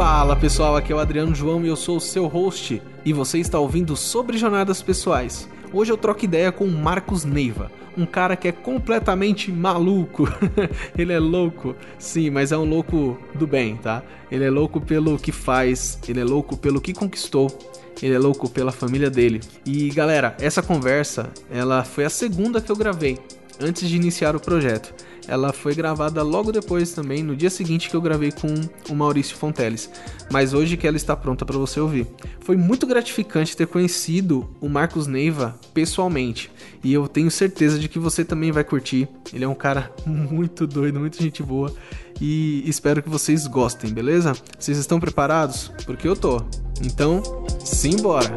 Fala pessoal, aqui é o Adriano João e eu sou o seu host e você está ouvindo Sobre Jornadas Pessoais. Hoje eu troco ideia com o Marcos Neiva, um cara que é completamente maluco. Ele é louco, sim, mas é um louco do bem, tá? Ele é louco pelo que faz, ele é louco pelo que conquistou, ele é louco pela família dele. E galera, essa conversa, ela foi a segunda que eu gravei antes de iniciar o projeto. Ela foi gravada logo depois também, no dia seguinte que eu gravei com o Maurício Fonteles. Mas hoje que ela está pronta para você ouvir. Foi muito gratificante ter conhecido o Marcos Neiva pessoalmente. E eu tenho certeza de que você também vai curtir. Ele é um cara muito doido, muito gente boa. E espero que vocês gostem, beleza? Vocês estão preparados? Porque eu tô. Então, simbora!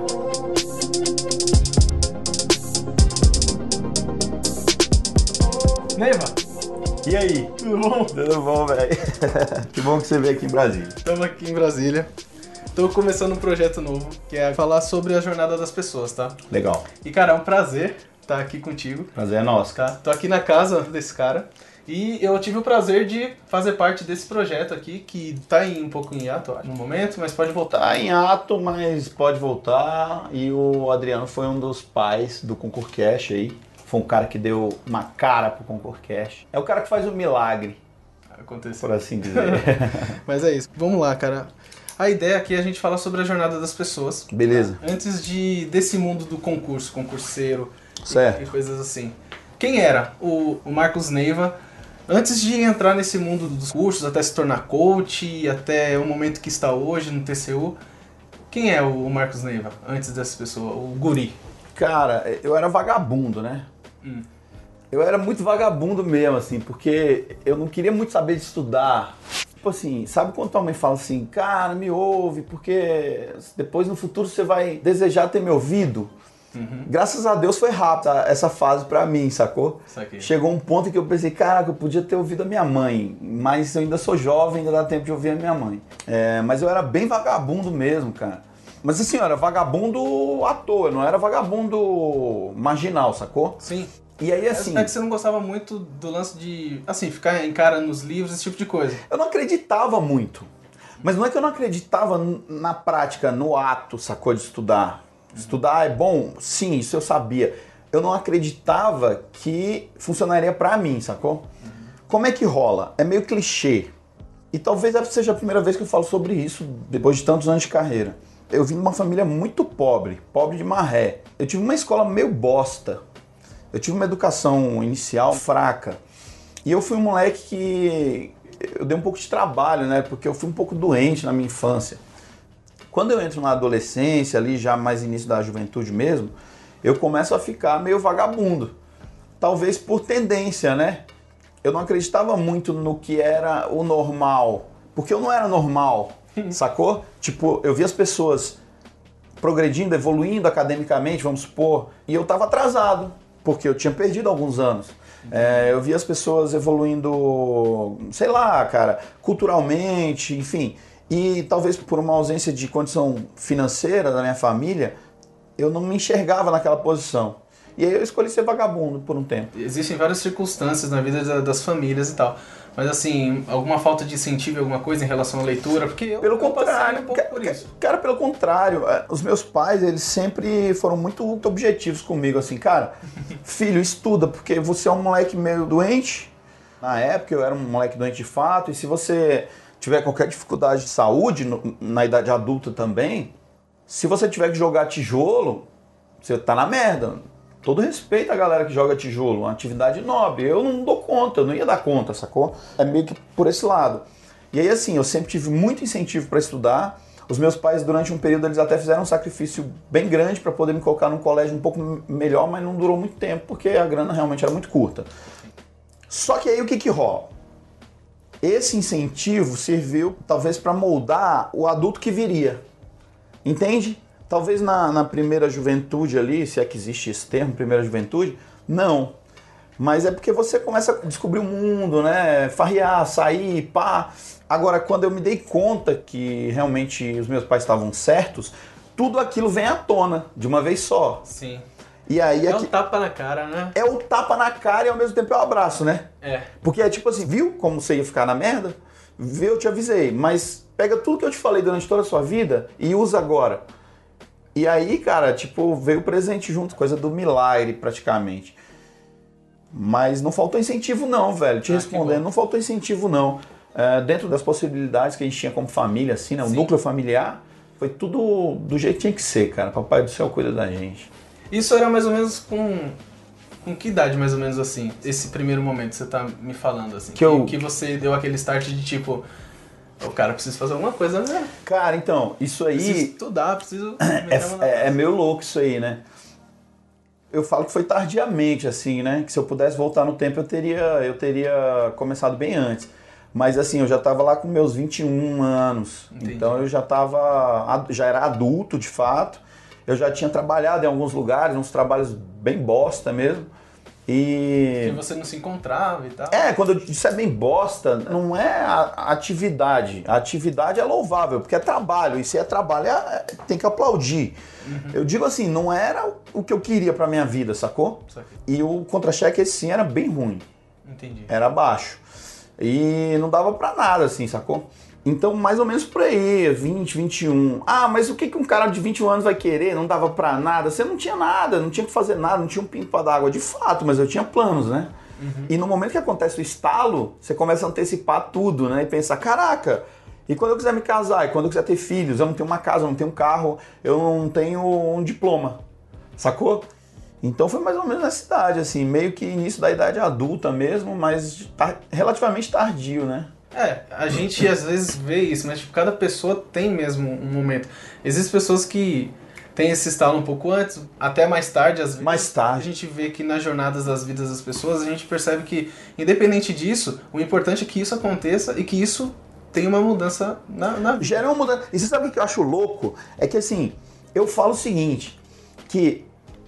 Neiva! E aí? Tudo bom? Tudo bom, velho? Que bom que você veio aqui em Brasília. Estamos aqui em Brasília. Estou começando um projeto novo, que é falar sobre a jornada das pessoas, tá? Legal. E, cara, é um prazer estar aqui contigo. Prazer é nosso. Tá? Tô aqui na casa desse cara. E eu tive o prazer de fazer parte desse projeto aqui, que tá um pouco em ato no momento, mas pode voltar. Tá em ato, mas pode voltar. E o Adriano foi um dos pais do Concourcast aí. Foi um cara que deu uma cara pro Concourcast. É o cara que faz o milagre. Aconteceu. Por assim dizer. Mas é isso. Vamos lá, cara. A ideia aqui é a gente falar sobre a jornada das pessoas. Beleza. Tá? Antes desse mundo do concurso, concurseiro e coisas assim. Quem era o Marcos Neiva antes de entrar nesse mundo dos cursos, até se tornar coach, até o momento que está hoje no TCU? Quem é o Marcos Neiva antes dessa pessoa, o guri? Cara, eu era vagabundo, né? Eu era muito vagabundo mesmo, assim, porque eu não queria muito saber de estudar. Tipo assim, sabe quando tua mãe fala assim, cara, me ouve, porque depois no futuro você vai desejar ter me ouvido? Graças a Deus foi rápido essa fase pra mim, sacou? Chegou um ponto em que eu pensei, caraca, eu podia ter ouvido a minha mãe, mas eu ainda sou jovem, ainda dá tempo de ouvir a minha mãe. Mas eu era bem vagabundo mesmo, cara. Mas assim, eu era vagabundo à toa, não era vagabundo marginal, sacou? Sim. E aí assim... É que você não gostava muito do lance de, assim, ficar encarando nos livros, esse tipo de coisa. Eu não acreditava muito. Mas não é que eu não acreditava na prática, no ato, sacou, de estudar. Estudar é bom? Sim, isso eu sabia. Eu não acreditava que funcionaria pra mim, sacou? Como é que rola? É meio clichê. E talvez seja a primeira vez que eu falo sobre isso depois de tantos anos de carreira. Eu vim de uma família muito pobre, pobre de maré. Eu tive uma escola meio bosta. Eu tive uma educação inicial fraca. E eu fui um moleque que... eu dei um pouco de trabalho, né? Porque eu fui um pouco doente na minha infância. Quando eu entro na adolescência, ali já mais início da juventude mesmo, eu começo a ficar meio vagabundo. Talvez por tendência, né? Eu não acreditava muito no que era o normal. Porque eu não era normal, sacou? Tipo, eu vi as pessoas progredindo, evoluindo academicamente, vamos supor, e eu tava atrasado, porque eu tinha perdido alguns anos. Eu vi as pessoas evoluindo, sei lá, cara, culturalmente, enfim. E talvez por uma ausência de condição financeira da minha família, eu não me enxergava naquela posição. E aí eu escolhi ser vagabundo por um tempo. Existem várias circunstâncias na vida das famílias e tal. Mas assim, alguma falta de incentivo, alguma coisa em relação à leitura? Porque eu passei um pouco por isso. Cara, pelo contrário. Os meus pais, eles sempre foram muito objetivos comigo. Assim, cara, filho, estuda, porque você é um moleque meio doente. Na época eu era um moleque doente de fato. E se você tiver qualquer dificuldade de saúde, na idade adulta também, se você tiver que jogar tijolo, você tá na merda. Todo respeito à galera que joga tijolo, uma atividade nobre. Eu não dou conta, eu não ia dar conta, sacou? É meio que por esse lado. E aí assim, eu sempre tive muito incentivo para estudar. Os meus pais, durante um período, eles até fizeram um sacrifício bem grande para poder me colocar num colégio um pouco melhor, mas não durou muito tempo, porque a grana realmente era muito curta. Só que aí o que rola? Esse incentivo serviu, talvez, para moldar o adulto que viria. Entende? Talvez na primeira juventude ali, se é que existe esse termo, primeira juventude, não. Mas é porque você começa a descobrir o mundo, né? Farrear, sair, pá. Agora, quando eu me dei conta que realmente os meus pais estavam certos, tudo aquilo vem à tona, de uma vez só. Sim. E aí é o tapa na cara, né? É o tapa na cara e ao mesmo tempo é o abraço, né? É. Porque é tipo assim, viu como você ia ficar na merda? Vê, eu te avisei, mas pega tudo que eu te falei durante toda a sua vida e usa agora. E aí, cara, tipo, veio o presente junto, coisa do milagre praticamente. Mas não faltou incentivo não, velho, te respondendo, não faltou incentivo não. Dentro das possibilidades que a gente tinha como família, assim, né, o núcleo familiar, foi tudo do jeito que tinha que ser, cara. Papai do céu cuida da gente. Isso era mais ou menos com que idade, mais ou menos assim? Esse primeiro momento que você tá me falando, assim. Que você deu aquele start de tipo, o cara precisa fazer alguma coisa, né? Cara, então, isso aí... Preciso estudar, preciso... É meio louco isso aí, né? Eu falo que foi tardiamente, assim, né? Que se eu pudesse voltar no tempo, eu teria começado bem antes. Mas assim, eu já estava lá com meus 21 anos. Entendi. Então eu já era adulto, de fato. Eu já tinha trabalhado em alguns lugares, uns trabalhos bem bosta mesmo. Que você não se encontrava e tal. Quando eu disse bem bosta, não é a atividade. A atividade é louvável, porque é trabalho. E se é trabalho, tem que aplaudir. Uhum. Eu digo assim, não era o que eu queria pra minha vida, sacou? E o contra-cheque, esse sim, era bem ruim. Entendi. Era baixo. E não dava pra nada, assim, sacou? Então, mais ou menos por aí, 20, 21. Ah, mas o que um cara de 21 anos vai querer? Não dava pra nada. Você não tinha nada, não tinha que fazer nada, não tinha um pinto pra dar água. De fato, mas eu tinha planos, né? Uhum. E no momento que acontece o estalo, você começa a antecipar tudo, né? E pensar, caraca, e quando eu quiser me casar? E quando eu quiser ter filhos? Eu não tenho uma casa, eu não tenho um carro, eu não tenho um diploma. Sacou? Então foi mais ou menos nessa idade, assim, meio que início da idade adulta mesmo, mas relativamente tardio, né? A gente às vezes vê isso, mas tipo, cada pessoa tem mesmo um momento. Existem pessoas que têm esse estalo um pouco antes, até mais tarde, às vezes. Mais tarde. A gente vê que nas jornadas das vidas das pessoas, a gente percebe que, independente disso, o importante é que isso aconteça e que isso tenha uma mudança na vida. Gera uma mudança. E você sabe o que eu acho louco? É que assim, eu falo o seguinte, que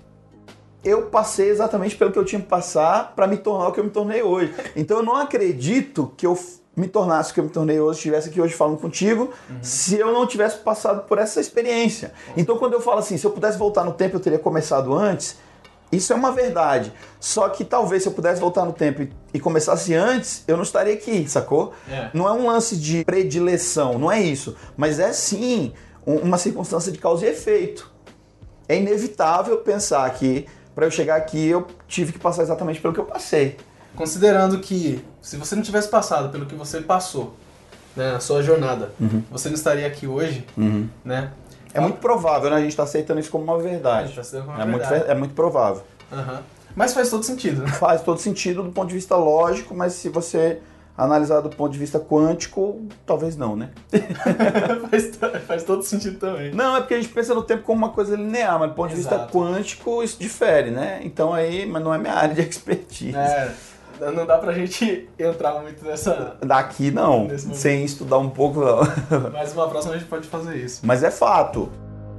eu passei exatamente pelo que eu tinha que passar para me tornar o que eu me tornei hoje. Então eu não acredito que eu me tornasse o que eu me tornei hoje, estivesse aqui hoje falando contigo, se eu não tivesse passado por essa experiência. Então quando eu falo assim, se eu pudesse voltar no tempo eu teria começado antes, isso é uma verdade. Só que talvez se eu pudesse voltar no tempo e começasse antes, eu não estaria aqui, sacou? Não é um lance de predileção, não é isso. Mas é sim uma circunstância de causa e efeito. É inevitável pensar que para eu chegar aqui eu tive que passar exatamente pelo que eu passei. Considerando que se você não tivesse passado pelo que você passou, né, na sua jornada, você não estaria aqui hoje, né? É muito provável, né? A gente está aceitando isso como uma verdade. É muito provável. Mas faz todo sentido, né? Faz todo sentido do ponto de vista lógico, mas se você analisar do ponto de vista quântico, talvez não, né? faz todo sentido também. Não, é porque a gente pensa no tempo como uma coisa linear, mas do ponto de vista quântico isso difere, né? Então aí, mas não é minha área de expertise. Não dá pra gente entrar muito nessa... Daqui não, sem estudar um pouco não. Mas uma próxima a gente pode fazer isso. Mas é fato.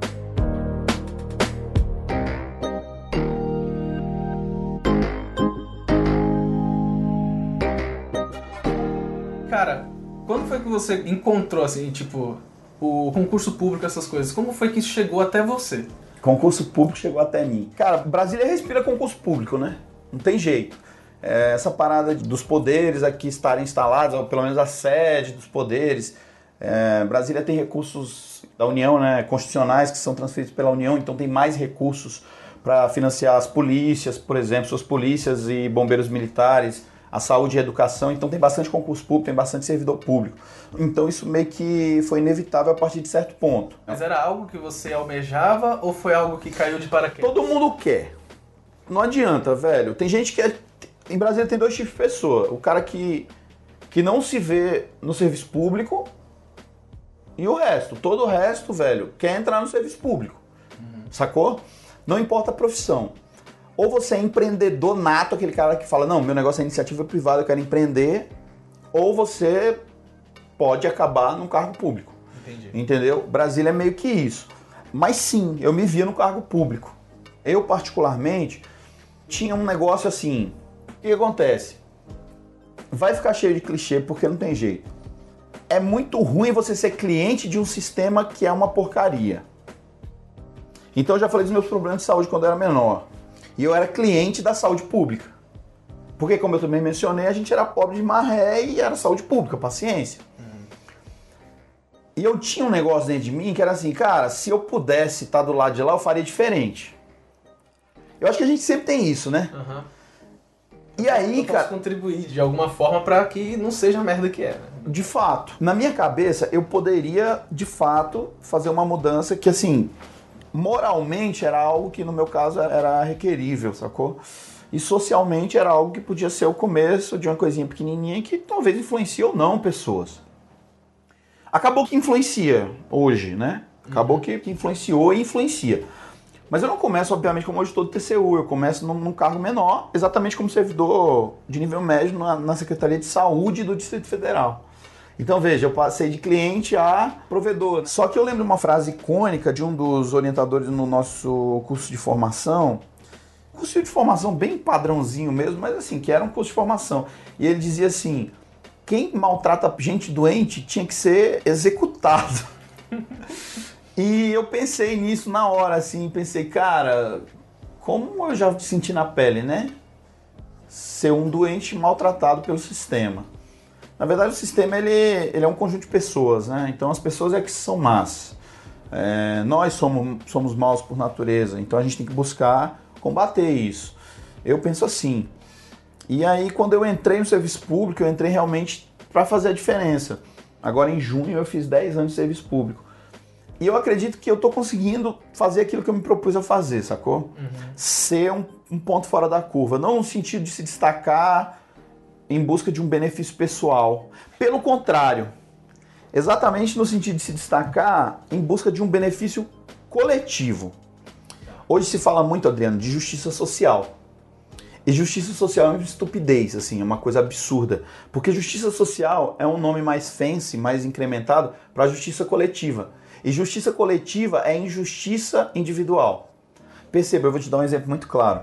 Cara, quando foi que você encontrou, assim, tipo, o concurso público, essas coisas? Como foi que isso chegou até você? Concurso público chegou até mim. Cara, Brasília respira concurso público, né? Não tem jeito. Essa parada dos poderes aqui estarem instalados, ou pelo menos a sede dos poderes. Brasília tem recursos da União, né, constitucionais que são transferidos pela União, então tem mais recursos para financiar as polícias, por exemplo, suas polícias e bombeiros militares, a saúde e a educação, então tem bastante concurso público, tem bastante servidor público. Então isso meio que foi inevitável a partir de certo ponto. Mas era algo que você almejava ou foi algo que caiu de paraquedas? Todo mundo quer. Não adianta, velho. Tem gente que em Brasília tem dois tipos de pessoa. O cara que não se vê no serviço público e o resto. Todo o resto, velho, quer entrar no serviço público. Sacou? Não importa a profissão. Ou você é empreendedor nato, aquele cara que fala, não, meu negócio é iniciativa privada, eu quero empreender. Ou você pode acabar num cargo público. Entendi. Entendeu? Brasília é meio que isso. Mas sim, eu me via no cargo público. Eu, particularmente, tinha um negócio assim... O que acontece? Vai ficar cheio de clichê porque não tem jeito. É muito ruim você ser cliente de um sistema que é uma porcaria. Então eu já falei dos meus problemas de saúde quando eu era menor. E eu era cliente da saúde pública. Porque, como eu também mencionei, a gente era pobre de maré e era saúde pública, paciência. E eu tinha um negócio dentro de mim que era assim, cara, se eu pudesse estar do lado de lá, eu faria diferente. Eu acho que a gente sempre tem isso, né? Uhum. E aí, eu posso contribuir de alguma forma para que não seja a merda que é, né? De fato. Na minha cabeça, eu poderia, de fato, fazer uma mudança que, assim, moralmente era algo que, no meu caso, era requerível, sacou? E socialmente era algo que podia ser o começo de uma coisinha pequenininha que talvez influencie ou não pessoas. Acabou que influencia hoje, né? Acabou que influenciou e influencia. Mas eu não começo, obviamente, como hoje todo TCU, eu começo num cargo menor, exatamente como servidor de nível médio na Secretaria de Saúde do Distrito Federal. Então, veja, eu passei de cliente a provedor. Só que eu lembro uma frase icônica de um dos orientadores no nosso curso de formação, curso de formação bem padrãozinho mesmo, mas assim, que era um curso de formação. E ele dizia assim, quem maltrata gente doente tinha que ser executado. E eu pensei nisso na hora, assim, pensei, cara, como eu já senti na pele, né? Ser um doente maltratado pelo sistema. Na verdade, o sistema, ele é um conjunto de pessoas, né? Então, as pessoas é que são más. Nós somos maus por natureza, então a gente tem que buscar combater isso. Eu penso assim. E aí, quando eu entrei no serviço público, eu entrei realmente para fazer a diferença. Agora, em junho, eu fiz 10 anos de serviço público. E eu acredito que eu tô conseguindo fazer aquilo que eu me propus a fazer, sacou? Ser um ponto fora da curva. Não no sentido de se destacar em busca de um benefício pessoal. Pelo contrário, exatamente no sentido de se destacar em busca de um benefício coletivo. Hoje se fala muito, Adriano, de justiça social. E justiça social é uma estupidez, assim, é uma coisa absurda. Porque justiça social é um nome mais fancy, mais incrementado para justiça coletiva. E justiça coletiva é injustiça individual. Perceba, eu vou te dar um exemplo muito claro.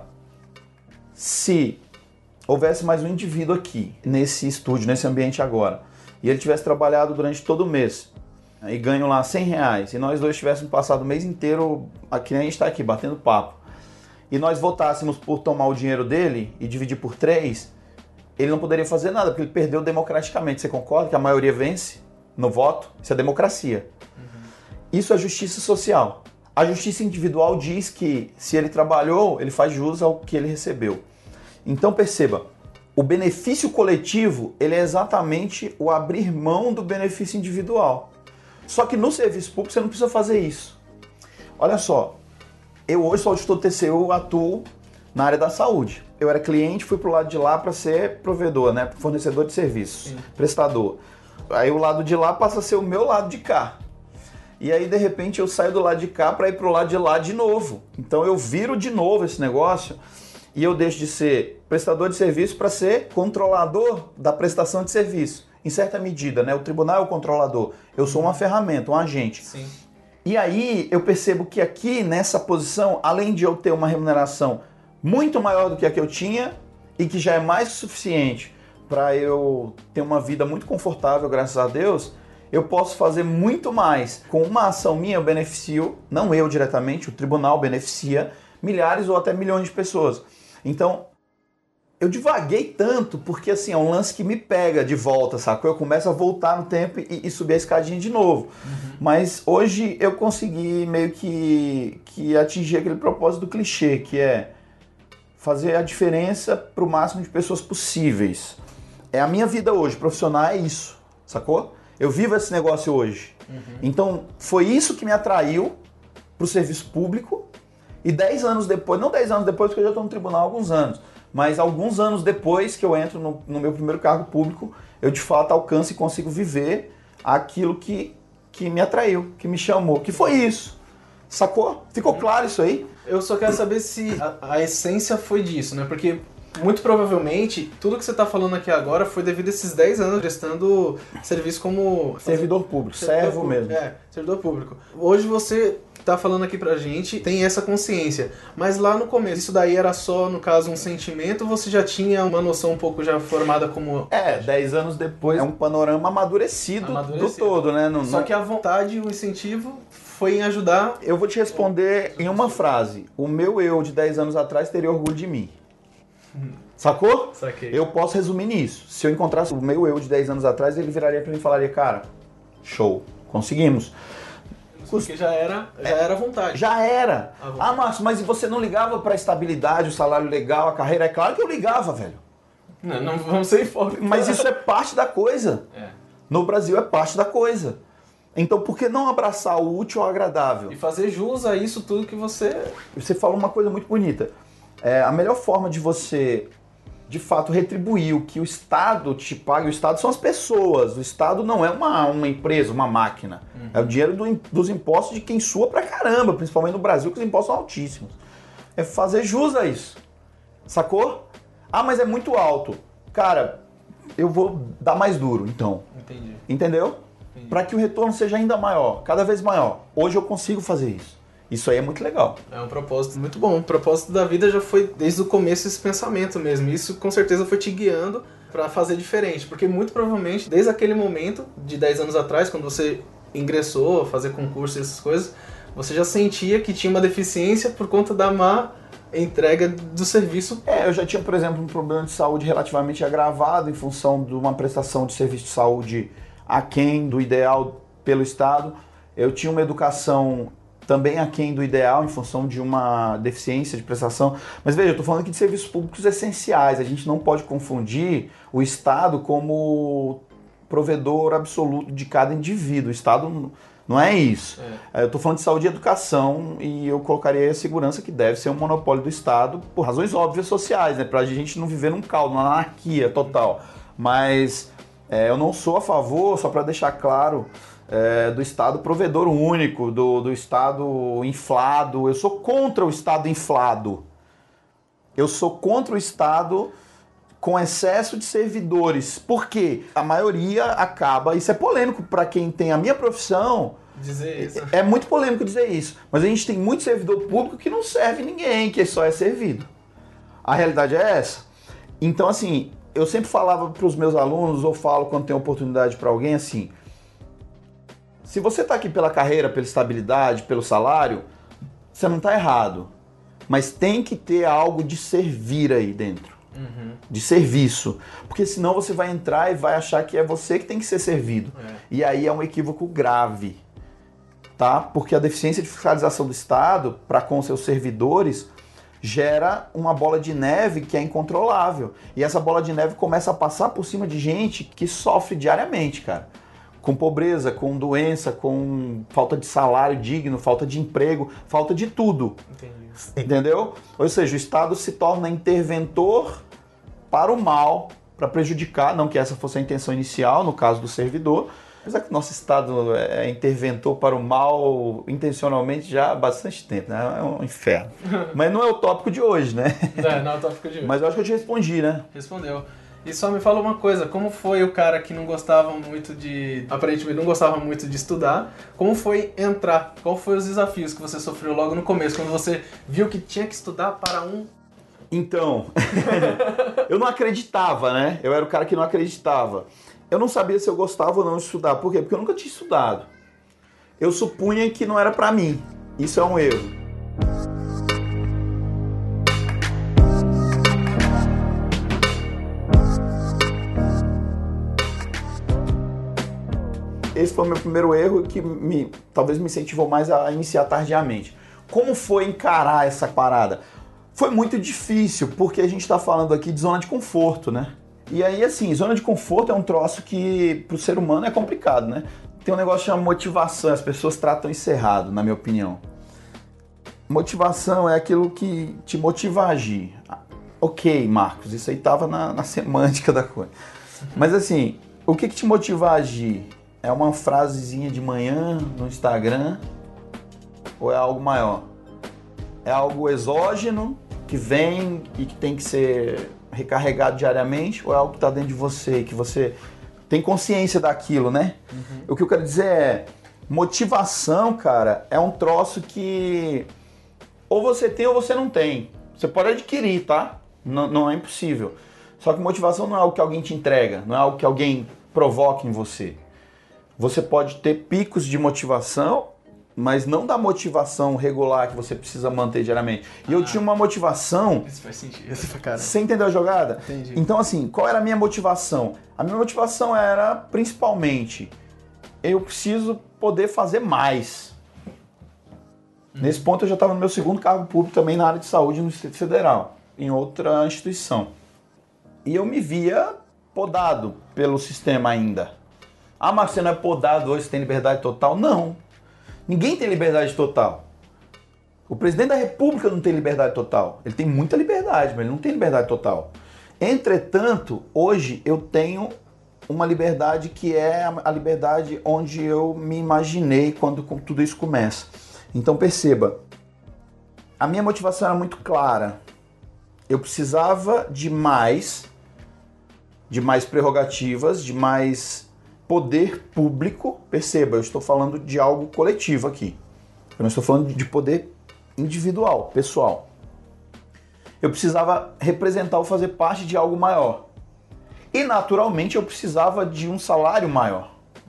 Se houvesse mais um indivíduo aqui, nesse estúdio, nesse ambiente agora, e ele tivesse trabalhado durante todo o mês, e ganho lá R$100, e nós dois tivéssemos passado o mês inteiro, aqui a gente está aqui, batendo papo, e nós votássemos por tomar o dinheiro dele e dividir por 3, ele não poderia fazer nada, porque ele perdeu democraticamente. Você concorda que a maioria vence no voto? Isso é democracia. Isso é justiça social. A justiça individual diz que se ele trabalhou, ele faz jus ao que ele recebeu. Então perceba, o benefício coletivo, ele é exatamente o abrir mão do benefício individual. Só que no serviço público você não precisa fazer isso. Olha só, eu hoje sou auditor TCU, atuo na área da saúde. Eu era cliente, fui pro lado de lá para ser provedor, né? Fornecedor de serviços, prestador. Aí o lado de lá passa a ser o meu lado de cá. E aí, de repente, eu saio do lado de cá para ir pro lado de lá de novo. Então eu viro de novo esse negócio e eu deixo de ser prestador de serviço para ser controlador da prestação de serviço. Em certa medida, né? O tribunal é o controlador. Eu sou uma ferramenta, um agente. Sim. E aí eu percebo que aqui, nessa posição, além de eu ter uma remuneração muito maior do que a que eu tinha e que já é mais que suficiente para eu ter uma vida muito confortável, graças a Deus, eu posso fazer muito mais. Com uma ação minha, eu beneficio, não eu diretamente, o tribunal beneficia milhares ou até milhões de pessoas. Então, eu divaguei tanto porque, assim, é um lance que me pega de volta, sacou? Eu começo a voltar no tempo e subir a escadinha de novo. Mas hoje eu consegui meio que atingir aquele propósito do clichê, que é fazer a diferença para o máximo de pessoas possíveis. É a minha vida hoje, profissional é isso, sacou? Eu vivo esse negócio hoje. Então, foi isso que me atraiu para o serviço público. E 10 anos depois, não 10 anos depois, porque eu já estou no tribunal há alguns anos, mas alguns anos depois que eu entro no meu primeiro cargo público, eu de fato alcanço e consigo viver aquilo que me atraiu, que me chamou, que foi isso. Sacou? Ficou claro isso aí? Eu só quero saber se a essência foi disso, né? Porque muito provavelmente tudo que você está falando aqui agora foi devido a esses 10 anos prestando serviço como servidor público, servo mesmo. Servidor público. Hoje você tá falando aqui pra gente, tem essa consciência. Mas lá no começo, isso daí era só, no caso, um sentimento, ou você já tinha uma noção um pouco já formada como... 10 anos depois é um panorama amadurecido. Do todo, né? Só que a vontade e o incentivo foi em ajudar... Eu vou te responder em uma frase. O meu eu de 10 anos atrás teria orgulho de mim. Sacou? Saquei. Eu posso resumir nisso. Se eu encontrasse o meu eu de 10 anos atrás, ele viraria pra mim e falaria, cara, show, conseguimos. Porque já era a vontade. Já era. A vontade. Ah, Márcio, mas você não ligava pra estabilidade, o salário legal, a carreira? É claro que eu ligava, velho. Não vamos ser hipócritas. Mas isso é parte da coisa. No Brasil é parte da coisa. Então por que não abraçar o útil ao agradável? E fazer jus a isso tudo que você... Você falou uma coisa muito bonita. A melhor forma de você, de fato, retribuir o que o Estado te paga, o Estado são as pessoas. O Estado não é uma empresa, uma máquina. É o dinheiro dos impostos de quem sua pra caramba, principalmente no Brasil, que os impostos são altíssimos. É fazer jus a isso. Sacou? Ah, mas é muito alto. Cara, eu vou dar mais duro, então. Entendi. Entendeu? Para que o retorno seja ainda maior, cada vez maior. Hoje eu consigo fazer isso. Isso aí é muito legal. É um propósito muito bom. O propósito da vida já foi desde o começo esse pensamento mesmo. Isso com certeza foi te guiando para fazer diferente. Porque muito provavelmente, desde aquele momento, de 10 anos atrás, quando você ingressou a fazer concurso e essas coisas, você já sentia que tinha uma deficiência por conta da má entrega do serviço. Eu já tinha, por exemplo, um problema de saúde relativamente agravado em função de uma prestação de serviço de saúde aquém do ideal pelo Estado. Eu tinha uma educação também aquém do ideal em função de uma deficiência de prestação. Mas veja, eu estou falando aqui de serviços públicos essenciais. A gente não pode confundir o Estado como provedor absoluto de cada indivíduo. O Estado não é isso. Eu estou falando de saúde e educação e eu colocaria a segurança que deve ser um monopólio do Estado por razões óbvias sociais, né? Para a gente não viver num caos, numa anarquia total. Mas eu não sou a favor, só para deixar claro, do Estado provedor único, do Estado inflado. Eu sou contra o Estado inflado. Eu sou contra o Estado com excesso de servidores. Por quê? A maioria acaba... Isso é polêmico para quem tem a minha profissão. Dizer isso. É muito polêmico dizer isso. Mas a gente tem muito servidor público que não serve ninguém, que só é servido. A realidade é essa. Então, assim, eu sempre falava para os meus alunos, ou falo quando tem oportunidade para alguém, assim... Se você está aqui pela carreira, pela estabilidade, pelo salário, você não está errado. Mas tem que ter algo de servir aí dentro. De serviço. Porque senão você vai entrar e vai achar que é você que tem que ser servido. E aí é um equívoco grave. Tá? Porque a deficiência de fiscalização do Estado para com seus servidores gera uma bola de neve que é incontrolável. E essa bola de neve começa a passar por cima de gente que sofre diariamente, cara. Com pobreza, com doença, com falta de salário digno, falta de emprego, falta de tudo. Entendi. Entendeu? Ou seja, o Estado se torna interventor para o mal, para prejudicar, não que essa fosse a intenção inicial, no caso do servidor, mas é que o nosso Estado é interventor para o mal intencionalmente já há bastante tempo, né? É um inferno. Mas não é o tópico de hoje, né? Não é o tópico de hoje. Mas eu acho que eu te respondi, né? Respondeu. E só me fala uma coisa, como foi o cara que não gostava muito de... Aparentemente não gostava muito de estudar, como foi entrar? Qual foi os desafios que você sofreu logo no começo, quando você viu que tinha que estudar para um... Então, eu não acreditava, né? Eu era o cara que não acreditava. Eu não sabia se eu gostava ou não de estudar. Por quê? Porque eu nunca tinha estudado. Eu supunha que não era pra mim. Isso é um erro. Esse foi o meu primeiro erro que talvez me incentivou mais a iniciar tardiamente. Como foi encarar essa parada? Foi muito difícil, porque a gente está falando aqui de zona de conforto, né? E aí, assim, zona de conforto é um troço que pro ser humano é complicado, né? Tem um negócio chamado motivação, as pessoas tratam isso errado, na minha opinião. Motivação é aquilo que te motiva a agir. Ok, Marcos, isso aí tava na semântica da coisa. Mas assim, o que te motiva a agir? É uma frasezinha de manhã no Instagram? Ou é algo maior? É algo exógeno que vem e que tem que ser recarregado diariamente? Ou é algo que está dentro de você, que você tem consciência daquilo, né? O que eu quero dizer é, motivação, cara, é um troço que ou você tem ou você não tem. Você pode adquirir, tá? Não é impossível. Só que motivação não é algo que alguém te entrega, não é algo que alguém provoca em você. Você pode ter picos de motivação mas não da motivação regular que você precisa manter diariamente. E eu tinha uma motivação... Isso faz sentido, cara. Você entendeu a jogada? Entendi. Então, assim, qual era a minha motivação? A minha motivação era, principalmente, eu preciso poder fazer mais. Nesse ponto, eu já estava no meu segundo cargo público também na área de saúde no Distrito Federal, em outra instituição. E eu me via podado pelo sistema ainda. Ah, mas você não é podado hoje, você tem liberdade total? Não. Ninguém tem liberdade total. O presidente da República não tem liberdade total. Ele tem muita liberdade, mas ele não tem liberdade total. Entretanto, hoje eu tenho uma liberdade que é a liberdade onde eu me imaginei quando tudo isso começa. Então perceba, a minha motivação era muito clara. Eu precisava de mais prerrogativas, de mais poder público. Perceba, eu estou falando de algo coletivo aqui. Eu não estou falando de poder individual, pessoal. Eu precisava representar ou fazer parte de algo maior. E naturalmente eu precisava de um salário maior.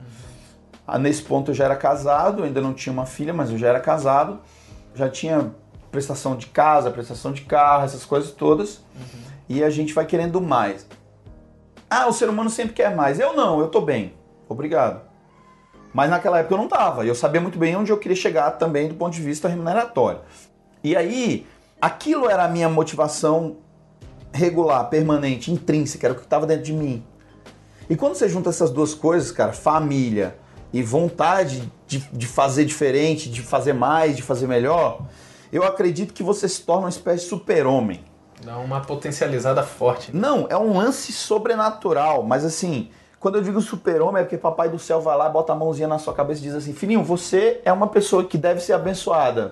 Nesse ponto eu já era casado, ainda não tinha uma filha, mas eu já era casado. Já tinha prestação de casa, prestação de carro, essas coisas todas. E a gente vai querendo mais. Ah, o ser humano sempre quer mais. Eu não, eu tô bem. Obrigado. Mas naquela época eu não tava. E eu sabia muito bem onde eu queria chegar também do ponto de vista remuneratório. E aí, aquilo era a minha motivação regular, permanente, intrínseca, era o que estava dentro de mim. E quando você junta essas duas coisas, cara, família e vontade de fazer diferente, de fazer mais, de fazer melhor, eu acredito que você se torna uma espécie de super-homem. Dá uma potencializada forte. Né? Não, é um lance sobrenatural, mas assim, quando eu digo super-homem é porque Papai do Céu vai lá, bota a mãozinha na sua cabeça e diz assim, filhinho, você é uma pessoa que deve ser abençoada.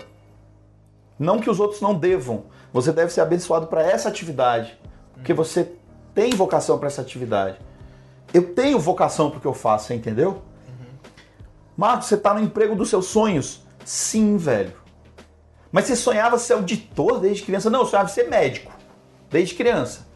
Não que os outros não devam, você deve ser abençoado para essa atividade, porque você tem vocação para essa atividade. Eu tenho vocação para o que eu faço, você entendeu? Marcos, você tá no emprego dos seus sonhos? Sim, velho. Mas você sonhava ser auditor desde criança? Não, eu sonhava ser médico, desde criança.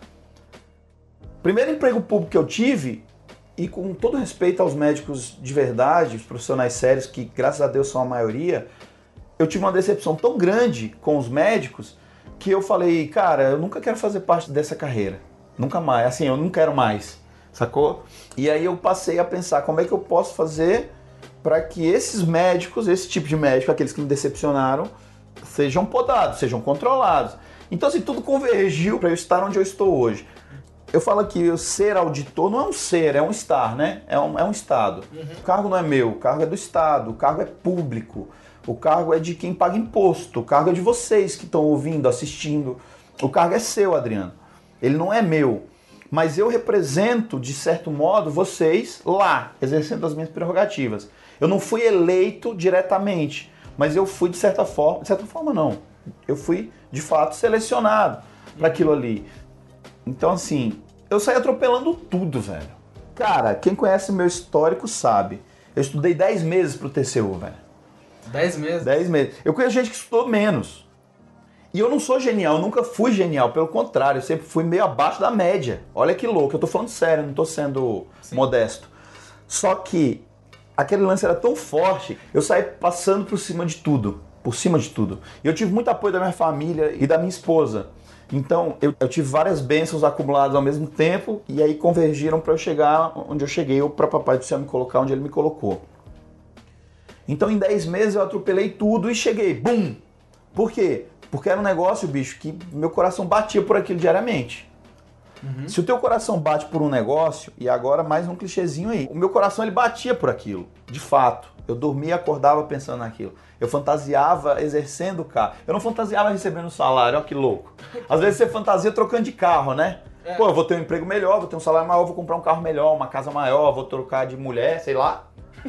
Primeiro emprego público que eu tive, e com todo respeito aos médicos de verdade, os profissionais sérios, que graças a Deus são a maioria, eu tive uma decepção tão grande com os médicos, que eu falei, cara, eu nunca quero fazer parte dessa carreira. Nunca mais, assim, eu não quero mais, sacou? E aí eu passei a pensar, como é que eu posso fazer para que esses médicos, esse tipo de médico, aqueles que me decepcionaram, sejam podados, sejam controlados. Então, assim, tudo convergiu para eu estar onde eu estou hoje. Eu falo que o ser auditor não é um ser, é um estar, né? É um estado. O cargo não é meu, o cargo é do Estado, o cargo é público, o cargo é de quem paga imposto, o cargo é de vocês que estão ouvindo, assistindo. O cargo é seu, Adriano. Ele não é meu. Mas eu represento, de certo modo, vocês lá, exercendo as minhas prerrogativas. Eu não fui eleito diretamente, mas eu fui de certa forma não. Eu fui, de fato, selecionado para aquilo ali. Então, assim, eu saí atropelando tudo, velho. Cara, quem conhece meu histórico sabe. Eu estudei 10 meses pro TCU, velho. 10 meses? 10 meses. Eu conheço gente que estudou menos. E eu não sou genial, eu nunca fui genial. Pelo contrário, eu sempre fui meio abaixo da média. Olha que louco, eu tô falando sério, não tô sendo modesto. Só que aquele lance era tão forte, eu saí passando por cima de tudo. Por cima de tudo. E eu tive muito apoio da minha família e da minha esposa. Então, eu tive várias bênçãos acumuladas ao mesmo tempo e aí convergiram para eu chegar onde eu cheguei, ou para Papai do Céu me colocar onde ele me colocou. Então, em 10 meses eu atropelei tudo e cheguei. Bum! Por quê? Porque era um negócio, bicho, que meu coração batia por aquilo diariamente. Se o teu coração bate por um negócio, e agora mais um clichêzinho aí, o meu coração ele batia por aquilo, de fato. Eu dormia e acordava pensando naquilo. Eu fantasiava exercendo o carro. Eu não fantasiava recebendo salário, olha que louco. Às vezes você fantasia trocando de carro, né? Pô, eu vou ter um emprego melhor, vou ter um salário maior, vou comprar um carro melhor, uma casa maior, vou trocar de mulher, sei lá.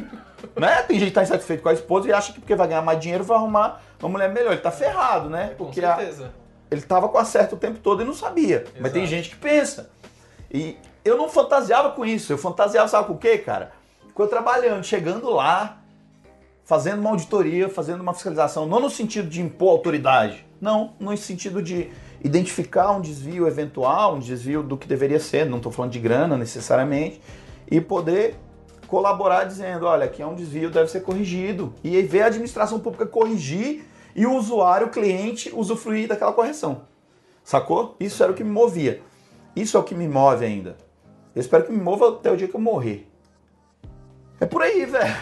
Né? Tem gente que tá insatisfeito com a esposa e acha que porque vai ganhar mais dinheiro vai arrumar uma mulher melhor. Ele tá ferrado, né? Porque com certeza. Ele tava com acerto o tempo todo e não sabia. Exato. Mas tem gente que pensa. E eu não fantasiava com isso. Eu fantasiava, sabe com o quê, cara? Ficou trabalhando, chegando lá, fazendo uma auditoria, fazendo uma fiscalização, não no sentido de impor autoridade, não, no sentido de identificar um desvio eventual, um desvio do que deveria ser, não estou falando de grana necessariamente, e poder colaborar dizendo, olha, aqui é um desvio, deve ser corrigido. E aí ver a administração pública corrigir e o usuário, o cliente, usufruir daquela correção. Sacou? Isso era o que me movia. Isso é o que me move ainda. Eu espero que me mova até o dia que eu morrer. É por aí, velho.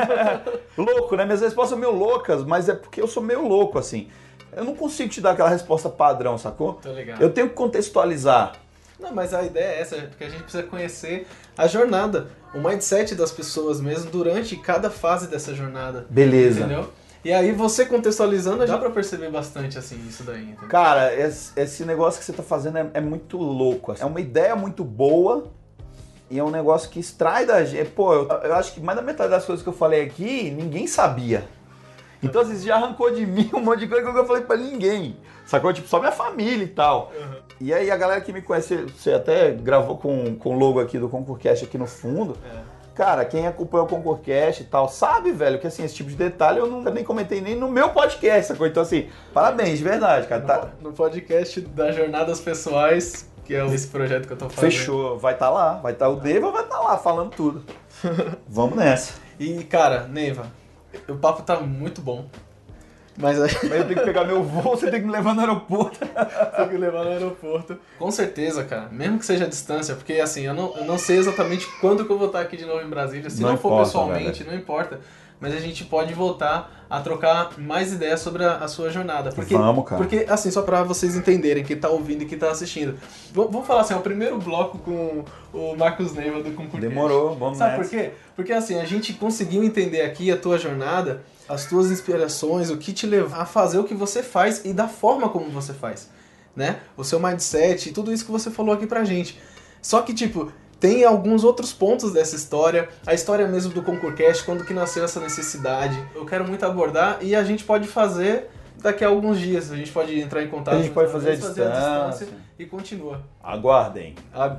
Louco, né? Minhas respostas são meio loucas, mas é porque eu sou meio louco, assim. Eu não consigo te dar aquela resposta padrão, sacou? Tô ligado. Eu tenho que contextualizar. Não, mas a ideia é essa, porque a gente precisa conhecer a jornada, o mindset das pessoas mesmo durante cada fase dessa jornada. Beleza. Entendeu? E aí você contextualizando, dá pra perceber bastante assim isso daí, entendeu? Cara, esse negócio que você tá fazendo é muito louco. Assim. É uma ideia muito boa e é um negócio que extrai da gente. Pô, eu acho que mais da metade das coisas que eu falei aqui, ninguém sabia. Então, assim, já arrancou de mim um monte de coisa que eu falei pra ninguém. Sacou? Tipo, só minha família e tal. Uhum. E aí a galera que me conhece, você até gravou com o logo aqui do Concurcast aqui no fundo. Cara, quem acompanha o Concurcast e tal, sabe, velho, que assim, esse tipo de detalhe eu nunca nem comentei nem no meu podcast, sacou? Então, assim, parabéns, de verdade, cara. No podcast das Jornadas Pessoais, que é esse projeto que eu tô fazendo. Fechou, vai estar lá, o Deva vai estar lá falando tudo. Vamos nessa. E, cara, Neiva, o papo tá muito bom. Mas eu tenho que pegar meu voo, você tem que me levar no aeroporto. Tem que me levar no aeroporto. Com certeza, cara. Mesmo que seja a distância, porque assim, eu não sei exatamente quando que eu vou estar aqui de novo em Brasília. Se não for importa, pessoalmente, velho. Não importa. Mas a gente pode voltar a trocar mais ideias sobre a sua jornada. Porque, vamos, cara. Porque, assim, só pra vocês entenderem, quem tá ouvindo e quem tá assistindo. Vamos falar assim, é o primeiro bloco com o Marcos Neiva do Concurcast. Demorou, vamos nessa. Sabe por quê? Porque assim, a gente conseguiu entender aqui a tua jornada, as tuas inspirações, o que te leva a fazer o que você faz e da forma como você faz, né? O seu mindset, tudo isso que você falou aqui pra gente. Só que, tipo, tem alguns outros pontos dessa história, a história mesmo do Concurcast, quando que nasceu essa necessidade. Eu quero muito abordar e a gente pode fazer daqui a alguns dias. A gente pode entrar em contato. A gente pode fazer a distância e continua. Aguardem.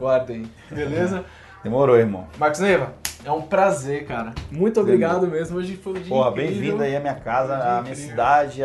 Beleza? Demorou, irmão. Marcos Neiva, é um prazer, cara. Muito obrigado mesmo. Hoje foi um dia incrível. Bem-vindo aí à minha casa, à minha cidade,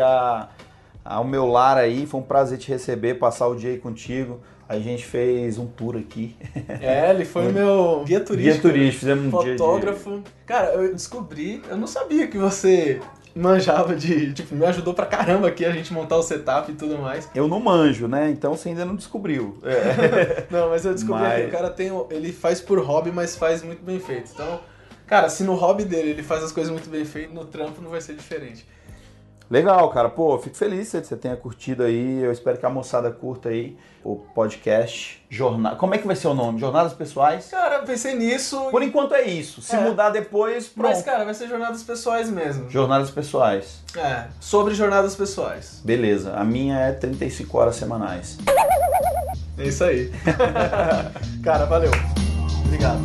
ao meu lar aí. Foi um prazer te receber, passar o dia aí contigo. A gente fez um tour aqui. Ele foi meu guia turístico. Fizemos um fotógrafo. dia de... Cara, eu descobri, eu não sabia que você manjava tipo, me ajudou pra caramba aqui a gente montar o setup e tudo mais. Eu não manjo, né? Então você ainda não descobriu. Não, mas eu descobri que o cara ele faz por hobby, mas faz muito bem feito. Então, cara, se no hobby dele ele faz as coisas muito bem feitas, no trampo não vai ser diferente. Legal, cara. Pô, fico feliz que você tenha curtido aí. Eu espero que a moçada curta aí o podcast. Como é que vai ser o nome? Jornadas Pessoais? Cara, eu pensei nisso. Por enquanto é isso. Se mudar depois, pronto. Mas, cara, vai ser Jornadas Pessoais mesmo. Jornadas Pessoais. Sobre Jornadas Pessoais. Beleza. A minha é 35 horas semanais. É isso aí. Cara, valeu. Obrigado.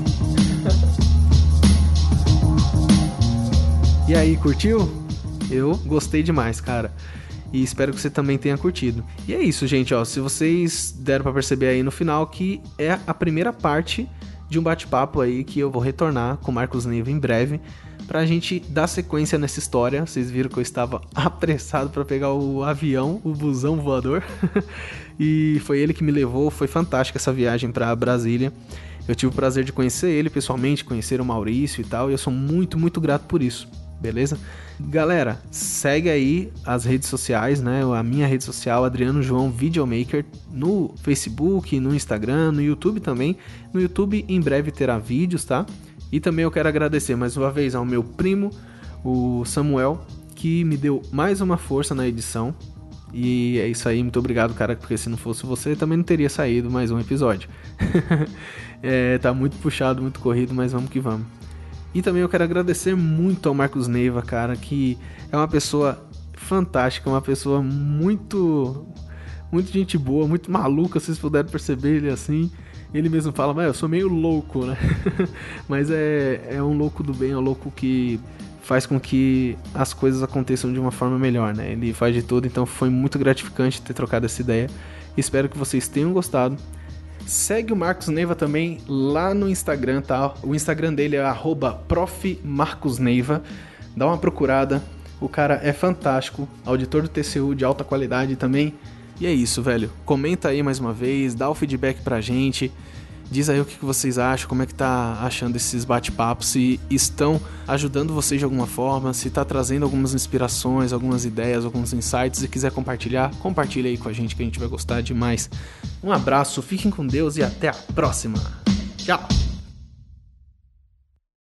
E aí, curtiu? Eu gostei demais, cara. E espero que você também tenha curtido. E é isso, gente, ó. Se vocês deram pra perceber aí no final que é a primeira parte de um bate-papo aí que eu vou retornar com o Marcos Neiva em breve pra gente dar sequência nessa história. Vocês viram que eu estava apressado pra pegar o avião, o busão voador. E foi ele que me levou. Foi fantástica essa viagem pra Brasília. Eu tive o prazer de conhecer ele pessoalmente, conhecer o Maurício e tal. E eu sou muito, muito grato por isso. Beleza? Galera, segue aí as redes sociais, né? A minha rede social, Adriano João Videomaker, no Facebook, no Instagram, no YouTube também. No YouTube em breve terá vídeos, tá? E também eu quero agradecer mais uma vez ao meu primo, o Samuel, que me deu mais uma força na edição. E é isso aí, muito obrigado, cara, porque se não fosse você também não teria saído mais um episódio. Tá muito puxado, muito corrido, mas vamos que vamos. E também eu quero agradecer muito ao Marcos Neiva, cara, que é uma pessoa fantástica, uma pessoa muito gente boa, muito maluca, vocês puderam perceber ele assim. Ele mesmo fala, mas eu sou meio louco, né? Mas é um louco do bem, é um louco que faz com que as coisas aconteçam de uma forma melhor, né? Ele faz de tudo, então foi muito gratificante ter trocado essa ideia. Espero que vocês tenham gostado. Segue o Marcos Neiva também lá no Instagram, tá? O Instagram dele é @profmarcosneiva. Dá uma procurada. O cara é fantástico, auditor do TCU de alta qualidade também. E é isso, velho. Comenta aí mais uma vez, dá o feedback pra gente. Diz aí o que vocês acham, como é que tá achando esses bate-papos, se estão ajudando vocês de alguma forma, se tá trazendo algumas inspirações, algumas ideias, alguns insights, e quiser compartilhar, compartilha aí com a gente que a gente vai gostar demais. Um abraço, fiquem com Deus e até a próxima. Tchau!